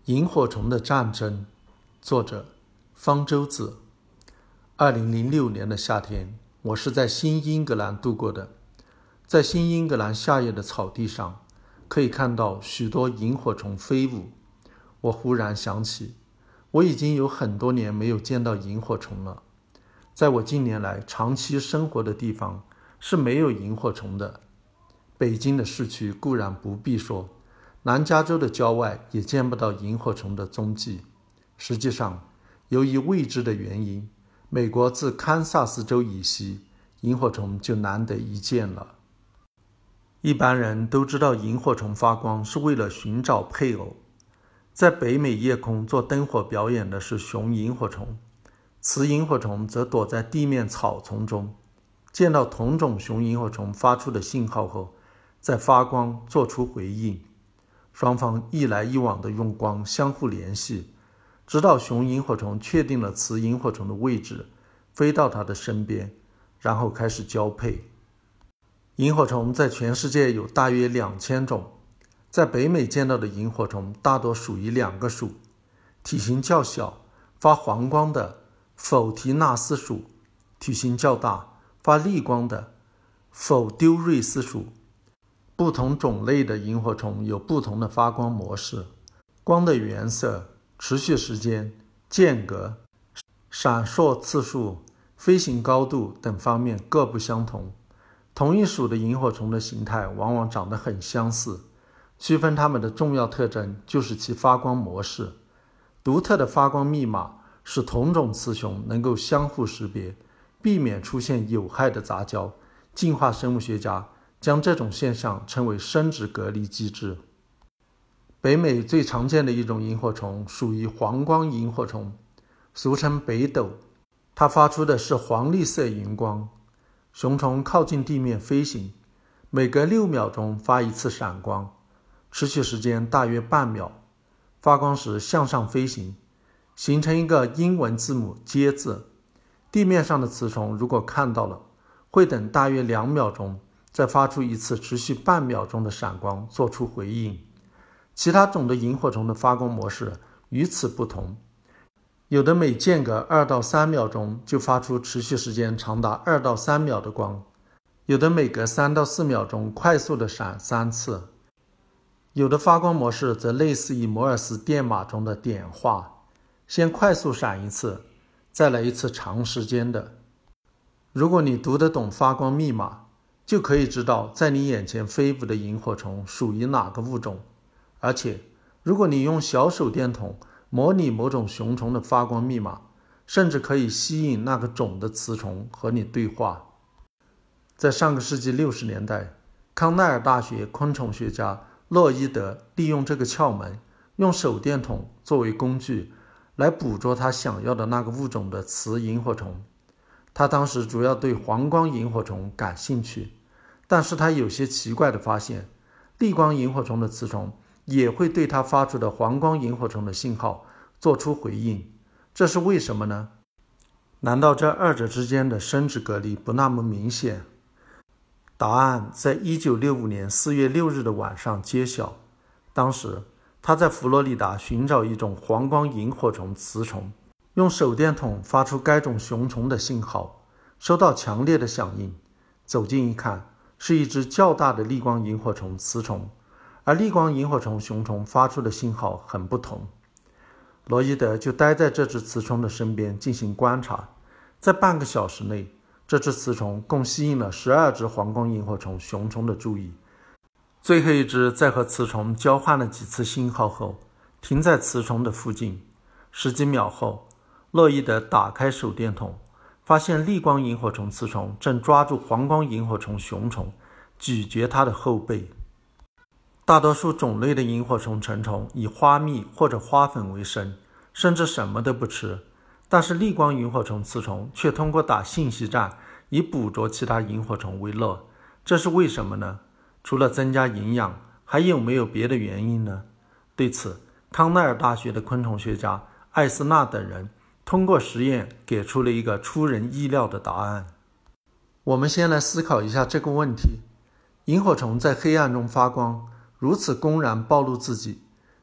萤火虫的战争，作者方舟子。2006年的夏天，我是在新英格兰度过的。在新英格兰夏夜的草地上，可以看到许多萤火虫飞舞。我忽然想起，我已经有很多年没有见到萤火虫了。在我近年来长期生活的地方是没有萤火虫的。北京的市区固然不必说，南加州的郊外也见不到萤火虫的踪迹。实际上，由于未知的原因，美国自堪萨斯州以西，萤火虫就难得一见了。一般人都知道萤火虫发光是为了寻找配偶。在北美夜空做灯火表演的是雄萤火虫，雌萤火虫则躲在地面草丛中，见到同种雄萤火虫发出的信号后，再发光做出回应。双方一来一往地用光相互联系，直到雄萤火虫确定了雌萤火虫的位置，飞到它的身边，然后开始交配。萤火虫在全世界有大约2000种，在北美见到的萤火虫大多属于2个属，体型较小，发黄光的否提纳斯属，体型较大，发绿光的否丢瑞斯属。不同种类的萤火虫有不同的发光模式，光的原色、持续时间、间隔、闪烁次数、飞行高度等方面各不相同。同一属的萤火虫的形态往往长得很相似，区分它们的重要特征就是其发光模式。独特的发光密码使同种雌雄能够相互识别，避免出现有害的杂交。进化生物学家将这种现象称为生殖隔离机制。北美最常见的一种萤火虫属于黄光萤火虫，俗称北斗，它发出的是黄绿色荧光。雄虫靠近地面飞行，每隔6秒钟发一次闪光，持续时间大约半秒。发光时向上飞行，形成一个英文字母接字。地面上的雌虫如果看到了，会等大约2秒钟，再发出一次持续半秒钟的闪光做出回应。其他种的萤火虫的发光模式与此不同，有的每间隔2到3秒钟就发出持续时间长达2到3秒的光，有的每隔3到4秒钟快速的闪3次，有的发光模式则类似于摩尔斯电码中的点画，先快速闪一次，再来一次长时间的。如果你读得懂发光密码，就可以知道在你眼前飞舞的萤火虫属于哪个物种。而且如果你用小手电筒模拟某种雄虫的发光密码，甚至可以吸引那个种的雌虫和你对话。在上个世纪60年代，康奈尔大学昆虫学家洛伊德利用这个窍门，用手电筒作为工具来捕捉他想要的那个物种的雌萤火虫。他当时主要对黄光萤火虫感兴趣，但是他有些奇怪地发现，绿光萤火虫的雌虫也会对他发出的黄光萤火虫的信号做出回应，这是为什么呢？难道这2者之间的生殖隔离不那么明显？答案在1965年4月6日的晚上揭晓。当时他在佛罗里达寻找一种黄光萤火虫雌虫，用手电筒发出该种雄虫的信号，收到强烈的响应。走近一看，是一只较大的绿光萤火虫雌虫，而绿光萤火虫雄虫发出的信号很不同。罗伊德就待在这只雌虫的身边进行观察，在半个小时内，这只雌虫共吸引了12只黄光萤火虫雄虫的注意。最后一只在和雌虫交换了几次信号后，停在雌虫的附近。10几秒后，洛伊德打开手电筒，发现绿光萤火虫雌虫正抓住黄光萤火虫雄虫，咀嚼它的后背。大多数种类的萤火虫成虫以花蜜或者花粉为生，甚至什么都不吃。但是绿光萤火虫雌虫却通过打信息战以捕捉其他萤火虫为乐，这是为什么呢？除了增加营养，还有没有别的原因呢？对此，康奈尔大学的昆虫学家艾斯纳等人通过实验给出了一个出人意料的答案。我们先来思考一下这个问题：萤火虫在黑暗中发光，如此公然暴露自己，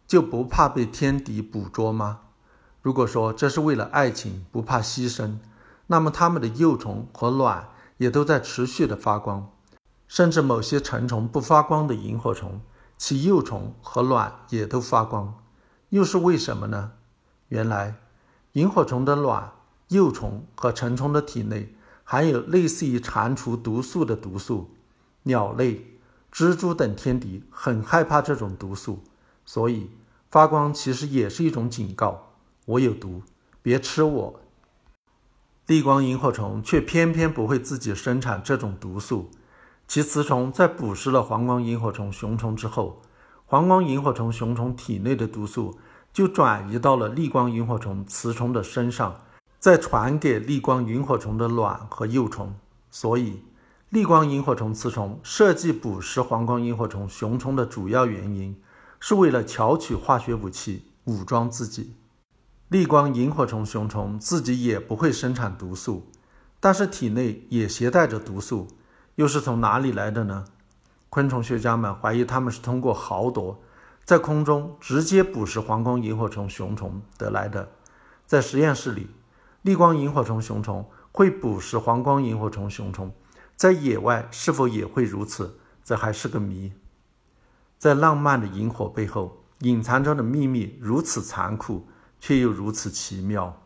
就不怕被天敌捕捉吗？如果说这是为了爱情不怕牺牲，那么它们的幼虫和卵也都在持续的发光，甚至某些成虫不发光的萤火虫，其幼虫和卵也都发光，又是为什么呢？原来萤火虫的卵、幼虫和成虫的体内含有类似于蟾蜍毒素的毒素，鸟类、蜘蛛等天敌很害怕这种毒素，所以发光其实也是一种警告，我有毒，别吃我。逆光萤火虫却偏偏不会自己生产这种毒素，其雌虫在捕食了黄光萤火虫雄虫之后，黄光萤火虫雄虫体内的毒素就转移到了逆光萤火虫雌虫的身上，再传给逆光萤火虫的卵和幼虫。所以逆光萤火虫雌虫设计捕食黄光萤火虫雄虫的主要原因，是为了巧取化学武器武装自己。逆光萤火虫雄虫自己也不会生产毒素，但是体内也携带着毒素，又是从哪里来的呢？昆虫学家们怀疑它们是通过豪夺，在空中直接捕食黄光萤火虫雄虫得来的。在实验室里，逆光萤火虫雄虫会捕食黄光萤火虫雄虫，在野外是否也会如此，这还是个谜。在浪漫的萤火背后，隐藏着的秘密如此残酷，却又如此奇妙。